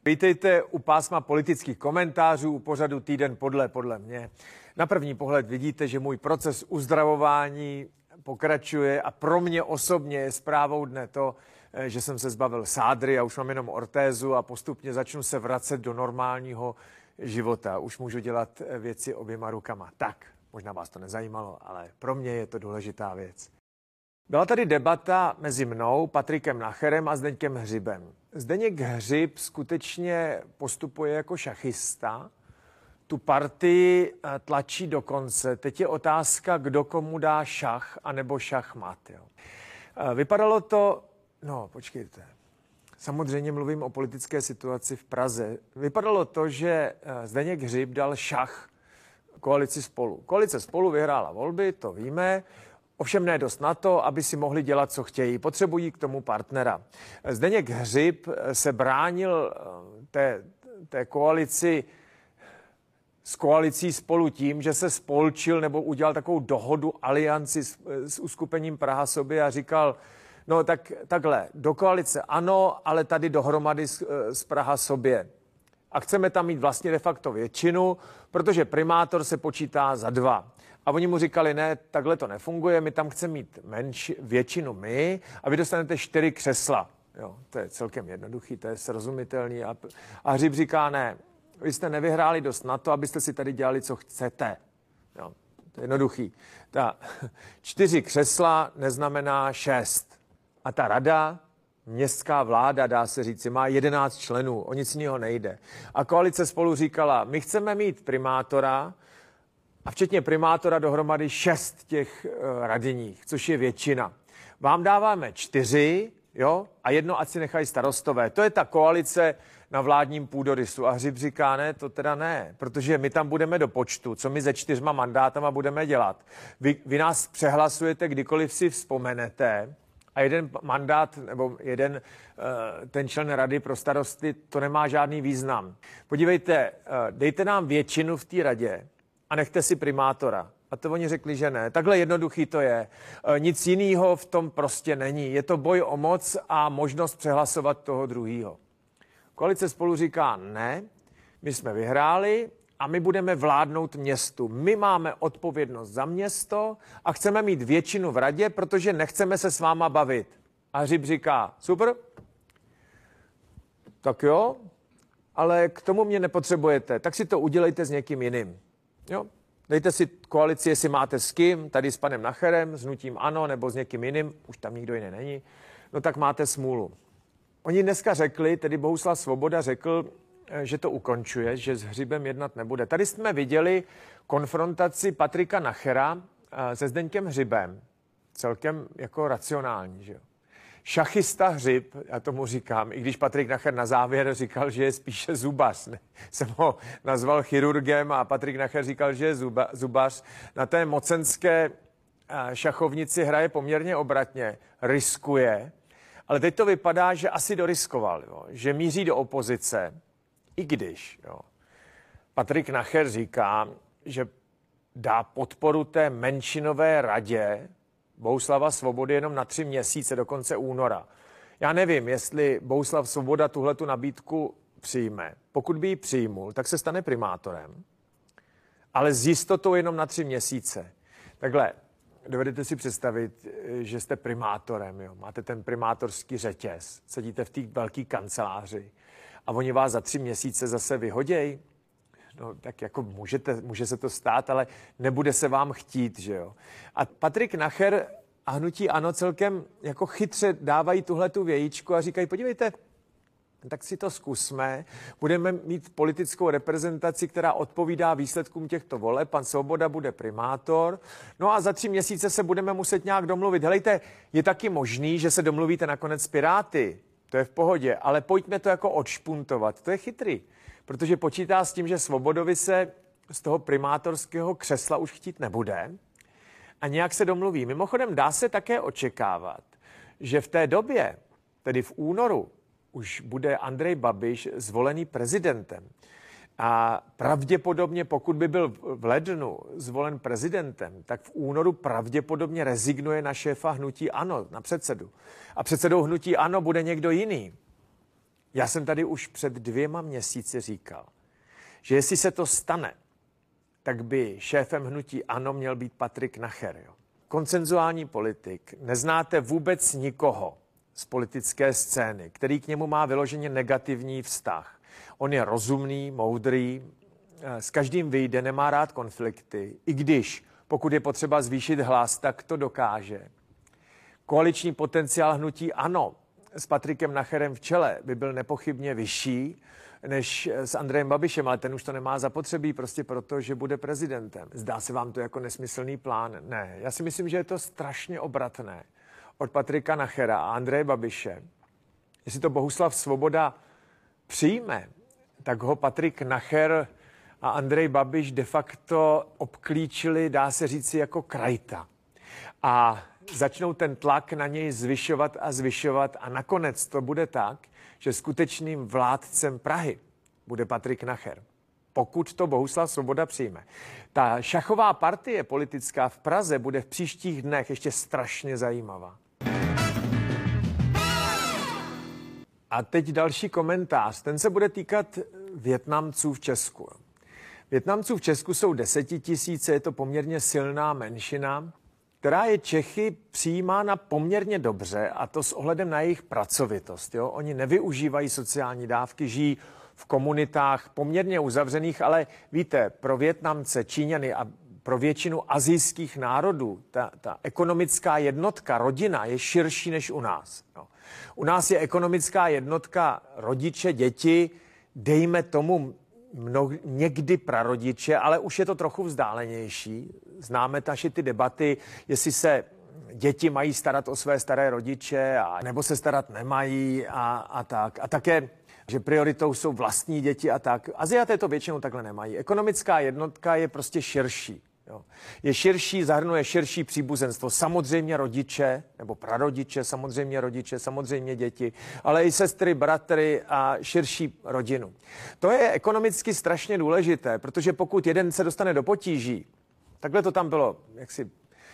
Vítejte u pásma politických komentářů u pořadu Týden podle mě. Na první pohled vidíte, že můj proces uzdravování pokračuje a pro mě osobně je zprávou dne to, že jsem se zbavil sádry a už mám jenom ortézu a postupně začnu se vracet do normálního života. Už můžu dělat věci oběma rukama. Tak, možná vás to nezajímalo, ale pro mě je to důležitá věc. Byla tady debata mezi mnou, Patrikem Nacherem a Zdeňkem Hřibem. Zdeněk Hřib skutečně postupuje jako šachista, tu partii tlačí do konce. Teď je otázka, kdo komu dá šach anebo šachmat. Jo. Vypadalo to, počkejte, samozřejmě mluvím o politické situaci v Praze. Vypadalo to, že Zdeněk Hřib dal šach koalici Spolu. Koalice Spolu vyhrála volby, to víme, ovšem ne dost na to, aby si mohli dělat, co chtějí. Potřebují k tomu partnera. Zdeněk Hřib se bránil té koalici s koalicí Spolu tím, že se spolčil nebo udělal takovou dohodu, alianci s uskupením Praha sobě a říkal, no takhle, do koalice ano, ale tady dohromady s Praha sobě. A chceme tam mít vlastně de facto většinu, protože primátor se počítá za 2. A oni mu říkali, ne, takhle to nefunguje, my tam chceme mít většinu my a vy dostanete 4 křesla. Jo, to je celkem jednoduchý, to je srozumitelný. A Hřib říká, ne, vy jste nevyhráli dost na to, abyste si tady dělali, co chcete. Jo, to je jednoduchý. 4 křesla neznamená 6. A ta rada, městská vláda, dá se říci, má 11 členů, o nic jiného nejde. A koalice Spolu říkala, my chceme mít primátora, a včetně primátora dohromady 6 těch radních, což je většina. Vám dáváme 4, jo, a 1 ať si nechají starostové. To je ta koalice na vládním půdorysu. A Hřib říká, ne, to teda ne, protože my tam budeme do počtu, co my se 4 mandátama budeme dělat. Vy nás přehlasujete, kdykoliv si vzpomenete, a jeden mandát nebo ten člen rady pro starosty, to nemá žádný význam. Podívejte, dejte nám většinu v té radě a nechte si primátora. A to oni řekli, že ne. Takhle jednoduchý to je. Nic jiného v tom prostě není. Je to boj o moc a možnost přehlasovat toho druhýho. Koalice Spolu říká, ne, my jsme vyhráli a my budeme vládnout městu. My máme odpovědnost za město a chceme mít většinu v radě, protože nechceme se s váma bavit. A Hřib říká, super, tak jo, ale k tomu mě nepotřebujete, tak si to udělejte s někým jiným. Jo? Dejte si koalici, jestli máte s kým, tady s panem Nacherem, s hnutím ANO nebo s někým jiným, už tam nikdo jiný není, no tak máte smůlu. Oni dneska řekli, tedy Bohuslav Svoboda řekl, že to ukončuje, že s Hřibem jednat nebude. Tady jsme viděli konfrontaci Patrika Nachera se Zdeňkem Hřibem. Celkem jako racionální, že jo. Šachista Hřib, já tomu říkám, i když Patrik Nacher na závěr říkal, že je spíše zubař. Ne? Jsem ho nazval chirurgem a Patrik Nacher říkal, že je zubař. Na té mocenské šachovnici hraje poměrně obratně, riskuje, ale teď to vypadá, že asi doriskoval, jo? Že míří do opozice, i když. Jo. Patrik Nacher říká, že dá podporu té menšinové radě Bohuslava Svobody jenom na 3 měsíce do konce února. Já nevím, jestli Bohuslav Svoboda tuhletu nabídku přijme. Pokud by ji přijmul, tak se stane primátorem, ale s jistotou jenom na 3 měsíce. Takhle, dovedete si představit, že jste primátorem, jo? Máte ten primátorský řetěz, sedíte v té velké kanceláři a oni vás za 3 měsíce zase vyhodějí. No, tak jako může se to stát, ale nebude se vám chtít, že jo. A Patrik Nacher a hnutí ANO celkem jako chytře dávají tuhletu vějíčku a říkají, podívejte, tak si to zkusme, budeme mít politickou reprezentaci, která odpovídá výsledkům těchto voleb, pan Svoboda bude primátor, no a za 3 měsíce se budeme muset nějak domluvit. Helejte, je taky možný, že se domluvíte nakonec s Piráty, to je v pohodě, ale pojďme to jako odšpuntovat, to je chytrý. Protože počítá s tím, že Svobodovi se z toho primátorského křesla už chtít nebude a nějak se domluví. Mimochodem dá se také očekávat, že v té době, tedy v únoru, už bude Andrej Babiš zvolený prezidentem. A pravděpodobně, pokud by byl v lednu zvolen prezidentem, tak v únoru pravděpodobně rezignuje na šéfa hnutí ANO, na předsedu. A předsedou hnutí ANO bude někdo jiný. Já jsem tady už před 2 měsíci říkal, že jestli se to stane, tak by šéfem hnutí ANO měl být Patrik Nacher. Jo. Konsenzuální politik. Neznáte vůbec nikoho z politické scény, který k němu má vyloženě negativní vztah. On je rozumný, moudrý, s každým vyjde, nemá rád konflikty, i když, pokud je potřeba zvýšit hlas, tak to dokáže. Koaliční potenciál hnutí ANO s Patrikem Nacherem v čele by byl nepochybně vyšší než s Andrejem Babišem, ale ten už to nemá zapotřebí prostě proto, že bude prezidentem. Zdá se vám to jako nesmyslný plán? Ne, já si myslím, že je to strašně obratné od Patrika Nachera a Andreje Babiše. Jestli to Bohuslav Svoboda přijme, tak ho Patrik Nacher a Andrej Babiš de facto obklíčili, dá se říci, jako krajta. A začnou ten tlak na něj zvyšovat a nakonec to bude tak, že skutečným vládcem Prahy bude Patrik Nacher. Pokud to Bohuslav Svoboda přijme. Ta šachová partie politická v Praze bude v příštích dnech ještě strašně zajímavá. A teď další komentář. Ten se bude týkat Vietnamců v Česku. Vietnamců v Česku jsou 10 000, je to poměrně silná menšina, která je Čechy přijímána poměrně dobře, a to s ohledem na jejich pracovitost. Jo? Oni nevyužívají sociální dávky, žijí v komunitách poměrně uzavřených, ale víte, pro Vietnamce, Číňany a pro většinu asijských národů ta ekonomická jednotka, rodina, je širší než u nás. Jo? U nás je ekonomická jednotka rodiče, děti, dejme tomu někdy prarodiče, ale už je to trochu vzdálenější. Známe naše ty debaty, jestli se děti mají starat o své staré rodiče, nebo se starat nemají a tak. A také, že prioritou jsou vlastní děti a tak. Aziaté to většinou takhle nemají. Ekonomická jednotka je prostě širší. Jo. Je širší, zahrnuje širší příbuzenstvo. Samozřejmě rodiče, nebo prarodiče, samozřejmě děti, ale i sestry, bratry a širší rodinu. To je ekonomicky strašně důležité, protože pokud jeden se dostane do potíží, takhle to tam bylo jaksi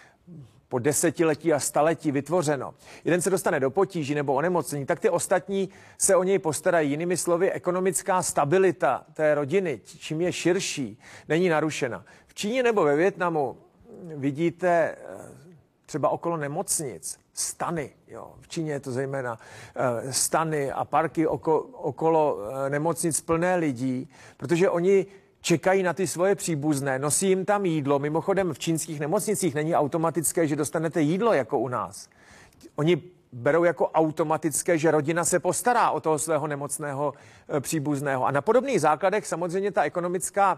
po desetiletí a staletí vytvořeno. Jeden se dostane do potíží nebo onemocnění, tak ty ostatní se o něj postarají. Jinými slovy, ekonomická stabilita té rodiny, čím je širší, není narušena. V Číně nebo ve Vietnamu vidíte třeba okolo nemocnic stany. Jo. V Číně je to zejména stany a parky okolo nemocnic plné lidí, protože oni čekají na ty svoje příbuzné, nosí jim tam jídlo. Mimochodem v čínských nemocnicích není automatické, že dostanete jídlo jako u nás. Oni berou jako automatické, že rodina se postará o toho svého nemocného příbuzného. A na podobných základech samozřejmě ta ekonomická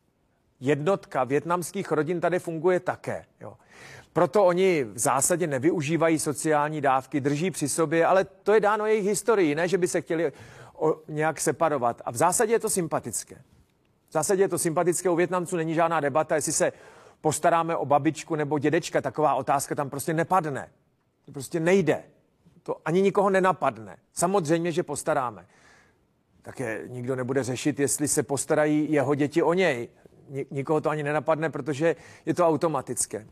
jednotka vietnamských rodin tady funguje také. Jo. Proto oni v zásadě nevyužívají sociální dávky, drží při sobě, ale to je dáno jejich historií, ne, že by se chtěli nějak separovat. A v zásadě je to sympatické. V zásadě je to sympatické, u Vietnamců není žádná debata, jestli se postaráme o babičku nebo dědečka, taková otázka tam prostě nepadne. To prostě nejde. To ani nikoho nenapadne. Samozřejmě, že postaráme. Také nikdo nebude řešit, jestli se postarají jeho děti o něj. Nikoho to ani nenapadne, protože je to automatické.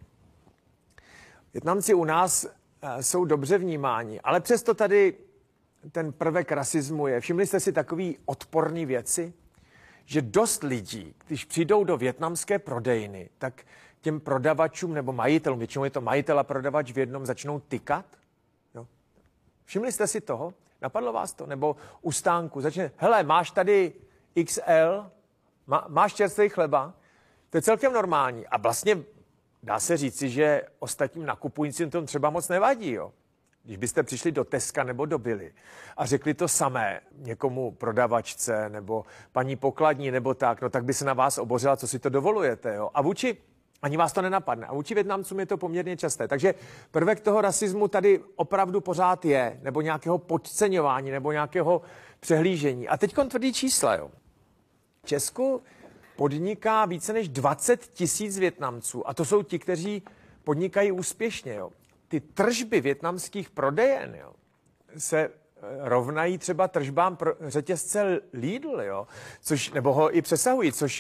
Vietnamci u nás jsou dobře vnímáni, ale přesto tady ten prvek rasismu je. Všimli jste si takový odporný věci? Že dost lidí, když přijdou do vietnamské prodejny, tak těm prodavačům nebo majitelům, většinou je to majitel a prodavač v jednom, začnou tykat. Jo. Všimli jste si toho? Napadlo vás to? Nebo u stánku začne, hele, máš tady XL, máš čerstvý chleba? To je celkem normální. A vlastně dá se říci, že ostatním nakupujícím to třeba moc nevadí, jo. Když byste přišli do Teska nebo do Billy a řekli to samé někomu prodavačce nebo paní pokladní nebo tak, no tak by se na vás obořila, co si to dovolujete, jo. A ani vás to nenapadne. A vůči Vietnamcům je to poměrně časté. Takže prvek toho rasismu tady opravdu pořád je, nebo nějakého podceňování, nebo nějakého přehlížení. A teď tvrdý čísla, jo. V Česku podniká více než 20 000 Vietnamců a to jsou ti, kteří podnikají úspěšně, jo. Ty tržby vietnamských prodejen, jo, se rovnají třeba tržbám pro řetězce Lidl, jo, nebo ho i přesahují, což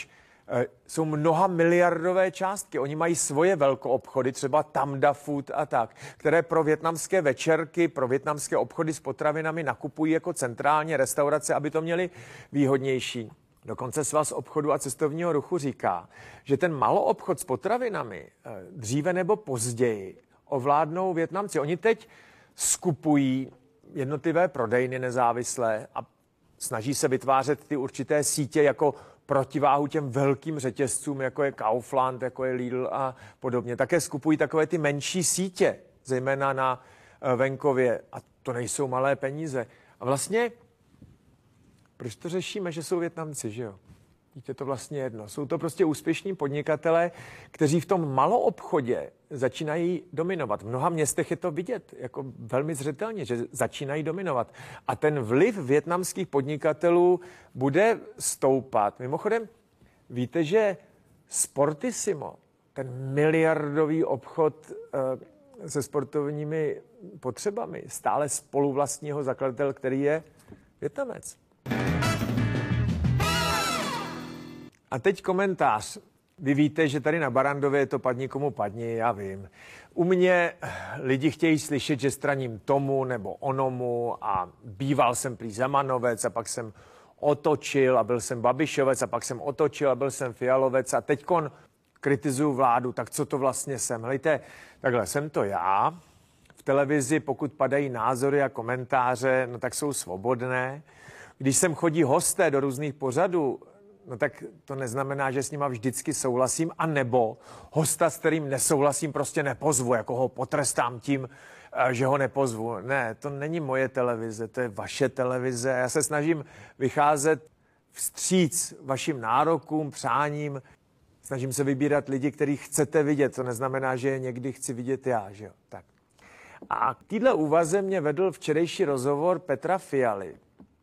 jsou mnoha miliardové částky. Oni mají svoje velkoobchody, třeba Tamda Food a tak, které pro vietnamské večerky, pro vietnamské obchody s potravinami nakupují jako centrálně restaurace, aby to měli výhodnější. Dokonce Svaz obchodu a cestovního ruchu říká, že ten maloobchod s potravinami dříve nebo později ovládnou Vietnamci. Oni teď skupují jednotlivé prodejny nezávislé a snaží se vytvářet ty určité sítě jako protiváhu těm velkým řetězcům, jako je Kaufland, jako je Lidl a podobně. Také skupují takové ty menší sítě, zejména na venkově. A to nejsou malé peníze. A vlastně, proč to řešíme, že jsou Vietnamci, že jo? Je to vlastně jedno. Jsou to prostě úspěšní podnikatelé, kteří v tom maloobchodě začínají dominovat. V mnoha městech je to vidět jako velmi zřetelně, že začínají dominovat. A ten vliv vietnamských podnikatelů bude stoupat. Mimochodem, víte, že Sportissimo, ten miliardový obchod se sportovními potřebami, stále spoluvlastního zakladatel, který je Vietnamec. A teď komentář. Vy víte, že tady na Barrandově je to padni komu padni, já vím. U mě lidi chtějí slyšet, že straním tomu nebo onomu a býval jsem prý Zemanovec a pak jsem otočil a byl jsem Babišovec a pak jsem otočil a byl jsem Fialovec a teďkon kritizuju vládu, tak co to vlastně jsem? Helejte, takhle jsem to já. V televizi, pokud padají názory a komentáře, no tak jsou svobodné. Když sem chodí hosté do různých pořadů, no tak to neznamená, že s nima vždycky souhlasím, anebo hosta, s kterým nesouhlasím, prostě nepozvu, jako ho potrestám tím, že ho nepozvu. Ne, to není moje televize, to je vaše televize. Já se snažím vycházet vstříc vašim nárokům, přáním. Snažím se vybírat lidi, který chcete vidět. To neznamená, že je někdy chci vidět já, že jo? Tak. A k téhle úvaze mě vedl včerejší rozhovor Petra Fialy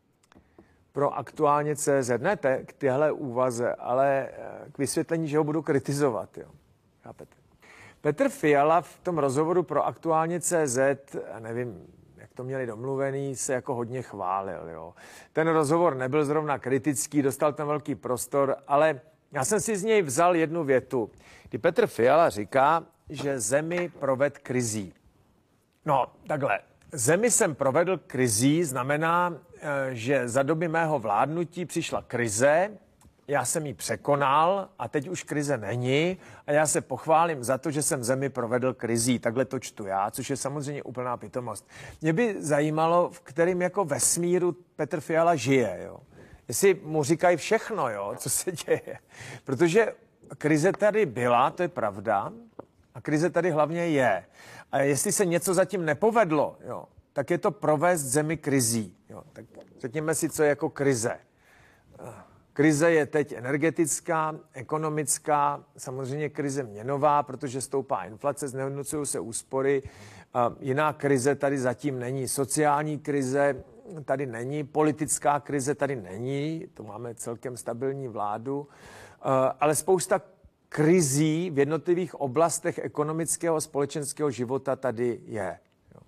pro Aktuálně CZ. Ne k téhle úvaze, ale k vysvětlení, že ho budu kritizovat. Jo. Chápete? Petr Fiala v tom rozhovoru pro Aktuálně CZ, nevím, jak to měli domluvený, se jako hodně chválil. Jo. Ten rozhovor nebyl zrovna kritický, dostal tam velký prostor, ale já jsem si z něj vzal jednu větu, kdy Petr Fiala říká, že zemi proved krizí. No, takhle. Zemi jsem provedl krizí, znamená, že za doby mého vládnutí přišla krize, já jsem ji překonal a teď už krize není a já se pochválím za to, že jsem zemi provedl krizí. Takhle to čtu já, což je samozřejmě úplná pitomost. Mě by zajímalo, v kterém jako vesmíru Petr Fiala žije, jo. Jestli mu říkají všechno, jo, co se děje. Protože krize tady byla, to je pravda, a krize tady hlavně je. A jestli se něco zatím nepovedlo, jo, tak je to provést zemi krizí. Jo. Tak řekněme si, co je jako krize. Krize je teď energetická, ekonomická, samozřejmě krize měnová, protože stoupá inflace, znehodnocují se úspory. Jiná krize tady zatím není. Sociální krize tady není, politická krize tady není, tu máme celkem stabilní vládu, ale spousta krizí v jednotlivých oblastech ekonomického a společenského života tady je.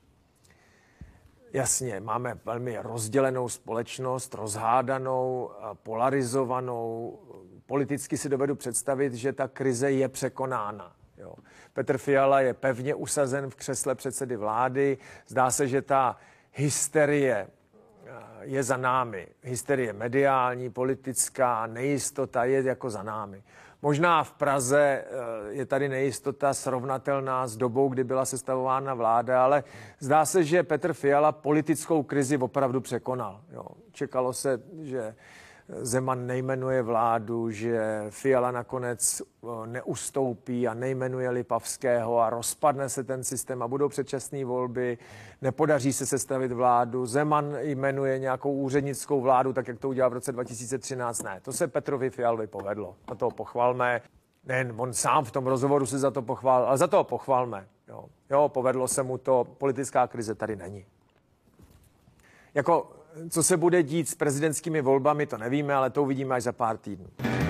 Jasně, máme velmi rozdělenou společnost, rozhádanou, polarizovanou. Politicky si dovedu představit, že ta krize je překonána. Jo. Petr Fiala je pevně usazen v křesle předsedy vlády. Zdá se, že ta hysterie je za námi. Hysterie mediální, politická, nejistota je jako za námi. Možná v Praze je tady nejistota srovnatelná s dobou, kdy byla sestavována vláda, ale zdá se, že Petr Fiala politickou krizi opravdu překonal. Jo. Čekalo se, že Zeman nejmenuje vládu, že Fiala nakonec neustoupí a nejmenuje Lipavského a rozpadne se ten systém a budou předčasné volby, nepodaří se sestavit vládu, Zeman jmenuje nějakou úřednickou vládu, tak jak to udělal v roce 2013. Ne, to se Petrovi Fialovi povedlo. Na toho pochvalme. Nejen on sám v tom rozhovoru se za to pochválil, ale za to pochvalme. Jo, povedlo se mu to, politická krize tady není. Jako co se bude dít s prezidentskými volbami, to nevíme, ale to uvidíme až za pár týdnů.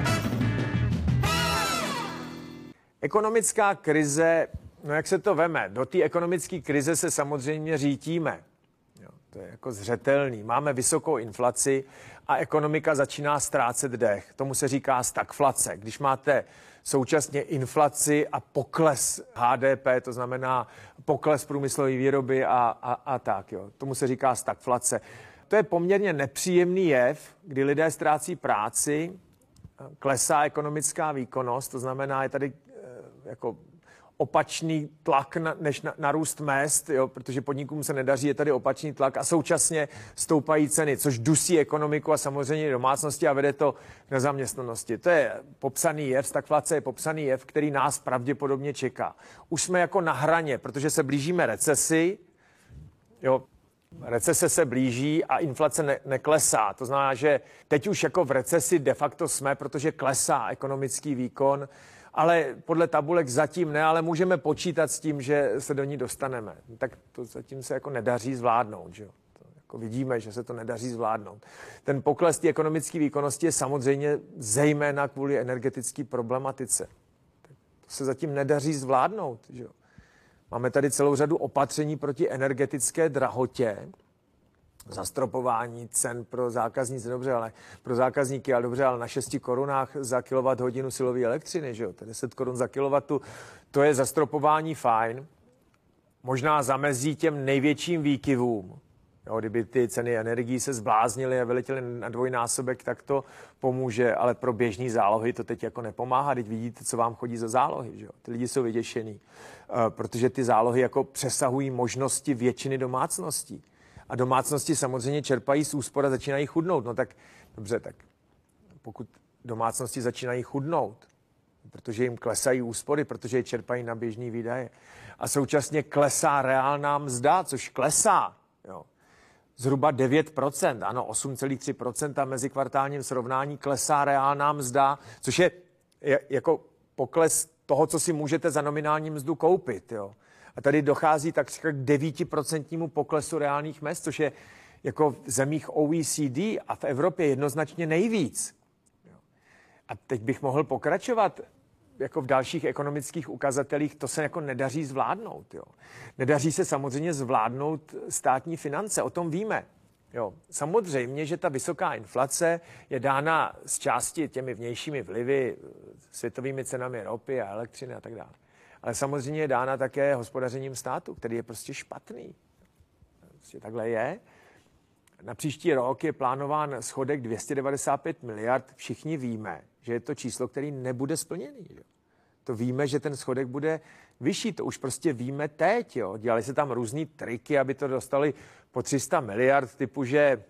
Ekonomická krize, no jak se to veme? Do té ekonomické krize se samozřejmě řítíme. Jo. To je jako zřetelný. Máme vysokou inflaci a ekonomika začíná ztrácet dech. Tomu se říká stagflace. Když máte současně inflaci a pokles HDP, to znamená pokles průmyslové výroby a tak. Jo. Tomu se říká stagflace. To je poměrně nepříjemný jev, kdy lidé ztrácí práci, klesá ekonomická výkonnost, to znamená, je tady jako opačný tlak než na růst mezd, jo, protože podnikům se nedaří, je tady opačný tlak a současně stoupají ceny, což dusí ekonomiku a samozřejmě domácnosti a vede to k nezaměstnanosti. To je popsaný jev, stagflace je popsaný jev, který nás pravděpodobně čeká. Už jsme jako na hraně, protože se blížíme recesi, jo, recese se blíží a inflace neklesá. To znamená, že teď už jako v recesi de facto jsme, protože klesá ekonomický výkon, ale podle tabulek zatím ne, ale můžeme počítat s tím, že se do ní dostaneme. Tak to zatím se jako nedaří zvládnout, že jo? To jako vidíme, že se to nedaří zvládnout. Ten pokles té ekonomické výkonnosti je samozřejmě zejména kvůli energetické problematice. To se zatím nedaří zvládnout, že jo? Máme tady celou řadu opatření proti energetické drahotě, zastropování cen pro zákazníky, dobře, ale pro zákazníky, ale dobře, ale na 6 korunách za kilowatthodinu silové elektřiny, že jo, to 10 korun za kilowattu, to je zastropování fajn, možná zamezí těm největším výkyvům. Jo, kdyby ty ceny energií se zbláznily a vyletěly na dvojnásobek, tak to pomůže, ale pro běžný zálohy to teď jako nepomáhá. Teď vidíte, co vám chodí za zálohy. Že jo? Ty lidi jsou vyděšený, protože ty zálohy jako přesahují možnosti většiny domácností. A domácnosti samozřejmě čerpají z úspor a začínají chudnout. No tak dobře, tak pokud domácnosti začínají chudnout, protože jim klesají úspory, protože je čerpají na běžný výdaje. A současně klesá reálná mzda, což klesá. Jo. Zhruba 9%, ano, 8,3% mezi kvartálním srovnání klesá reálná mzda, což je jako pokles toho, co si můžete za nominální mzdu koupit. Jo. A tady dochází takřka k 9% poklesu reálných mezd, což je jako v zemích OECD a v Evropě jednoznačně nejvíc. Jo. A teď bych mohl pokračovat jako v dalších ekonomických ukazatelích, to se jako nedaří zvládnout. Jo. Nedaří se samozřejmě zvládnout státní finance, o tom víme. Jo. Samozřejmě, že ta vysoká inflace je dána z části těmi vnějšími vlivy, světovými cenami ropy a elektřiny a tak dále. Ale samozřejmě je dána také hospodařením státu, který je prostě špatný. Prostě takhle je. Na příští rok je plánován schodek 295 miliard. Všichni víme, že je to číslo, který nebude splněný. Jo. To víme, že ten schodek bude vyšší. To už prostě víme teď. Jo. Dělali se tam různý triky, aby to dostali po 300 miliard, typu, že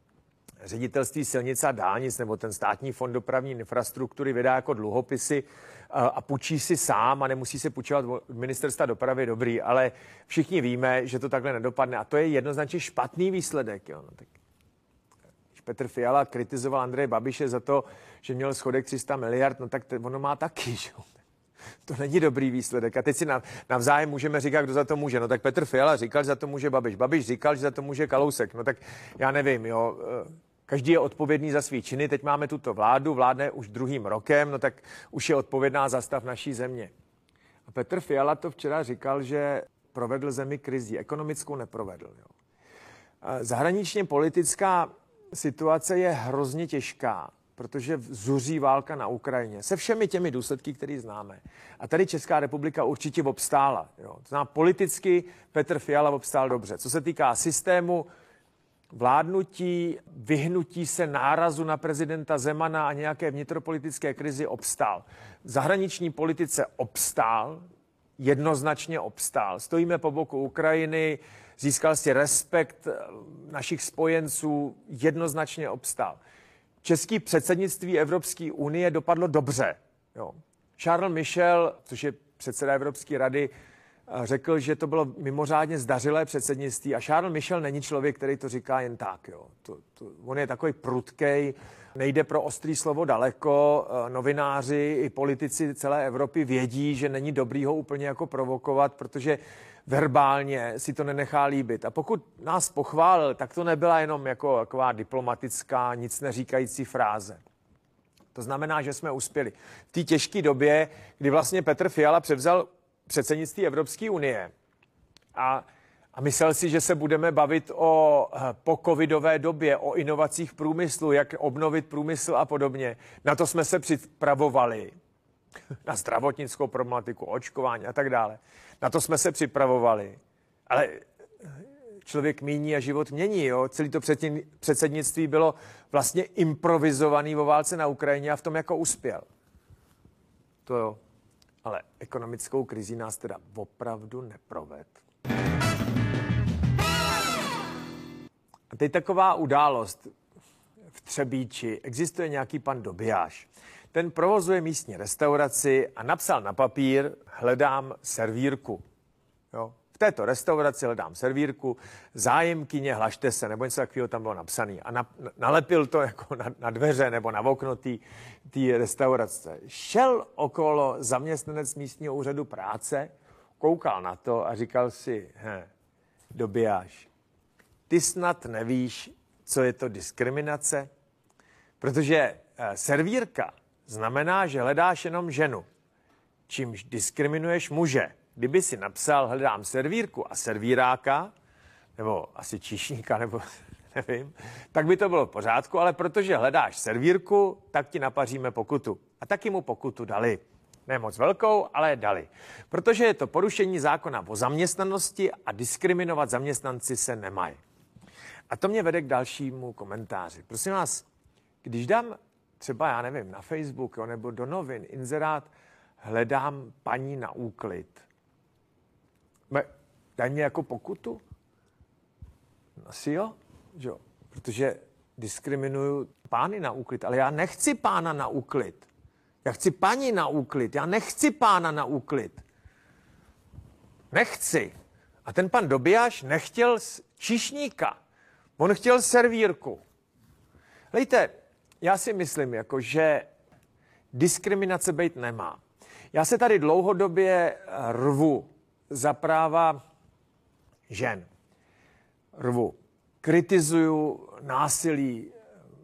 Ředitelství silnic a dálnic nebo ten státní fond dopravní infrastruktury vydá jako dluhopisy a půjčí si sám a nemusí se půjčovat od ministerstva dopravy, dobrý, ale všichni víme, že to takhle nedopadne a to je jednoznačně špatný výsledek. Jo. No, tak Petr Fiala kritizoval Andreje Babiše za to, že měl schodek 300 miliard, no tak ono má taky, že? To není dobrý výsledek. A teď si navzájem můžeme říkat, kdo za to může. No tak Petr Fiala říkal, že za to může Babiš. Babiš říkal, že za to může Kalousek. No tak já nevím, jo. Každý je odpovědný za svý činy. Teď máme tuto vládu, vládne už druhým rokem, no tak už je odpovědná za stav naší země. A Petr Fiala to včera říkal, že provedl zemi krizí. Ekonomickou neprovedl. Jo. Zahraničně politická situace je hrozně těžká, protože zuří válka na Ukrajině se všemi těmi důsledky, které známe. A tady Česká republika určitě obstála. Jo. To znamená, politicky Petr Fiala obstál dobře. Co se týká systému vládnutí, vyhnutí se nárazu na prezidenta Zemana a nějaké vnitropolitické krizi obstál. V zahraniční politice obstál, jednoznačně obstál. Stojíme po boku Ukrajiny, získal si respekt našich spojenců, jednoznačně obstál. České předsednictví Evropské unie dopadlo dobře. Jo. Charles Michel, což je předseda Evropské rady, řekl, že to bylo mimořádně zdařilé předsednictví a Charles Michel není člověk, který to říká jen tak. Jo. On je takový prutkej, nejde pro ostrý slovo daleko. Novináři i politici celé Evropy vědí, že není dobrý ho úplně jako provokovat, protože verbálně si to nenechá líbit. A pokud nás pochválil, tak to nebyla jenom jako taková diplomatická, nic neříkající fráze. To znamená, že jsme uspěli. V té těžké době, kdy vlastně Petr Fiala převzal předsednictví Evropské unie a A myslel si, že se budeme bavit o pocovidové době, o inovacích průmyslu, jak obnovit průmysl a podobně. Na to jsme se připravovali. Na zdravotnickou problematiku, očkování a tak dále. Na to jsme se připravovali. Ale člověk míní a život mění. Jo? Celé to předsednictví bylo vlastně improvizovaný o válce na Ukrajině a v tom jako uspěl. To jo. Ale ekonomickou krizi nás teda opravdu neproved. A teď taková událost v Třebíči. Existuje nějaký pan Dobijáš. Ten provozuje místní restauraci a napsal na papír: hledám servírku. Jo? V této restauraci hledám servírku, zájemkyně, hlašte se, nebo něco takového tam bylo napsané. A nalepil to jako na dveře nebo na okno té restaurace. Šel okolo zaměstnanec místního úřadu práce, koukal na to a říkal si: Dobijáš, ty snad nevíš, co je to diskriminace? Protože servírka znamená, že hledáš jenom ženu, čímž diskriminuješ muže. Kdyby si napsal hledám servírku a servíráka, nebo asi číšníka, nebo nevím, tak by to bylo v pořádku, ale protože hledáš servírku, tak ti napaříme pokutu. A taky mu pokutu dali. Ne moc velkou, ale dali. Protože je to porušení zákona o zaměstnanosti a diskriminovat zaměstnanci se nemají. A to mě vede k dalšímu komentáři. Prosím vás, když dám třeba, já nevím, na Facebook nebo do novin inzerát hledám paní na úklid, daj mě jako pokutu? Asi jo, že jo, protože diskriminuju pány na úklid, ale já nechci pána na úklid. Já chci paní na úklid, já nechci pána na úklid. Nechci. A ten pan Dobijáš nechtěl číšníka, on chtěl servírku. Hejte, já si myslím, jako, že diskriminace být nemá. Já se tady dlouhodobě rvu za práva žen. Rvu. Kritizuju násilí,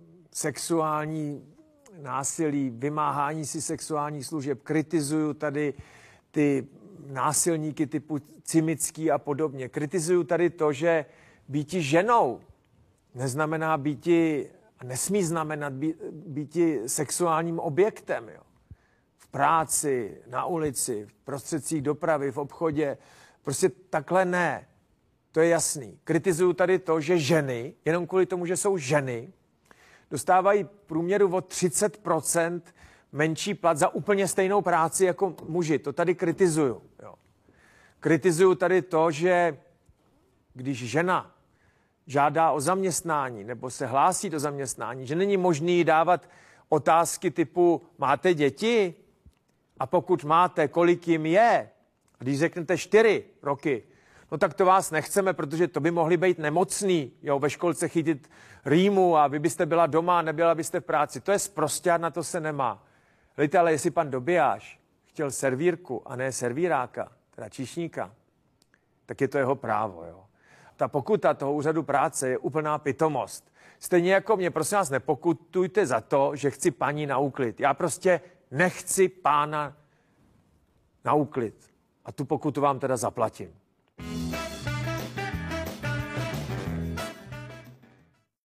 sexuální násilí, vymáhání si sexuálních služeb. Kritizuju tady ty násilníky typu Cimický a podobně. Kritizuju tady to, že býti ženou neznamená býti, nesmí znamenat býti sexuálním objektem. Jo. V práci, na ulici, v prostředcích dopravy, v obchodě. Prostě takhle ne. To je jasný. Kritizuju tady to, že ženy, jenom kvůli tomu, že jsou ženy, dostávají průměru o 30% menší plat za úplně stejnou práci jako muži. To tady kritizuju. Jo. Kritizuju tady to, že když žena žádá o zaměstnání nebo se hlásí do zaměstnání, že není možný dávat otázky typu máte děti? A pokud máte, kolik jim je? A když řeknete 4 roky, no tak to vás nechceme, protože to by mohli být nemocný, jo, ve školce chytit rýmu a vy byste byla doma a nebyla byste v práci. To je sprosťár, na to se nemá. Lejte, ale jestli pan Dobijáš chtěl servírku a ne servíráka, teda číšníka, tak je to jeho právo, jo. Ta pokuta toho úřadu práce je úplná pitomost. Stejně jako mě, prosím vás, nepokutujte za to, že chci paní na úklid. Já prostě nechci pána na úklid. A tu pokutu vám teda zaplatím.